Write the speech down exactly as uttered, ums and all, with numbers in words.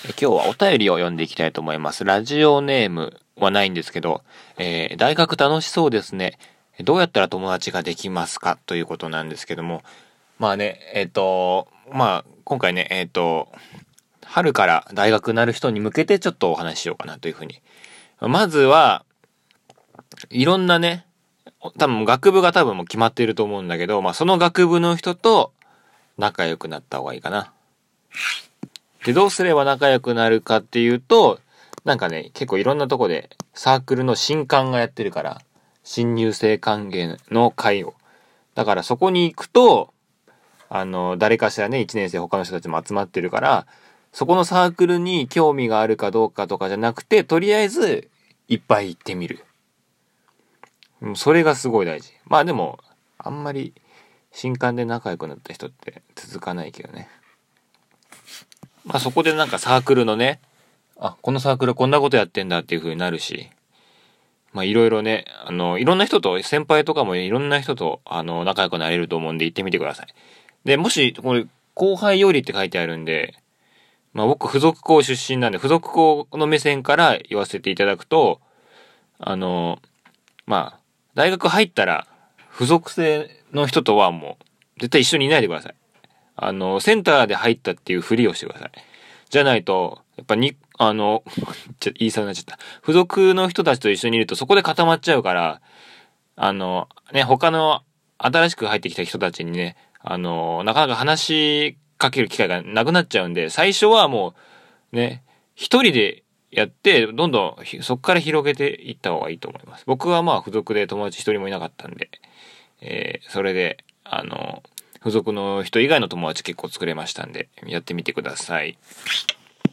今日はお便りを読んでいきたいと思います。ラジオネームはないんですけど、えー、大学楽しそうですね。どうやったら友達ができますかということなんですけども。まあね、えっと、まあ、今回ね、えっと、春から大学になる人に向けてちょっとお話ししようかなというふうに。まずは、いろんなね、多分学部が多分もう決まっていると思うんだけど、まあその学部の人と仲良くなった方がいいかな。で、どうすれば仲良くなるかっていうと、なんかね、結構いろんなとこでサークルの新歓がやってるから、新入生歓迎の会を。だからそこに行くと、あの、誰かしらね、いちねん生他の人たちも集まってるから、そこのサークルに興味があるかどうかとかじゃなくて、とりあえず、いっぱい行ってみる。それがすごい大事。まあでも、あんまり、新歓で仲良くなった人って続かないけどね。まあそこでなんかサークルのね、あ、このサークルこんなことやってんだっていう風になるし、まあいろいろね、あの、いろんな人と、先輩とかもいろんな人と、あの、仲良くなれると思うんで行ってみてください。で、もし、これ、後輩よりって書いてあるんで、まあ僕、付属校出身なんで、付属校の目線から言わせていただくと、あの、まあ、大学入ったら、付属生の人とはもう、絶対一緒にいないでください。あの、センターで入ったっていうふりをしてください。じゃないと、やっぱに、あの、ちょ言いそうになっちゃった。付属の人たちと一緒にいるとそこで固まっちゃうから、あの、ね、他の新しく入ってきた人たちにね、あの、なかなか話しかける機会がなくなっちゃうんで、最初はもう、ね、一人でやって、どんどんそこから広げていった方がいいと思います。僕はまあ付属で友達一人もいなかったんで、えー、それで、あの、付属の人以外の友達結構作れましたんで、やってみてください。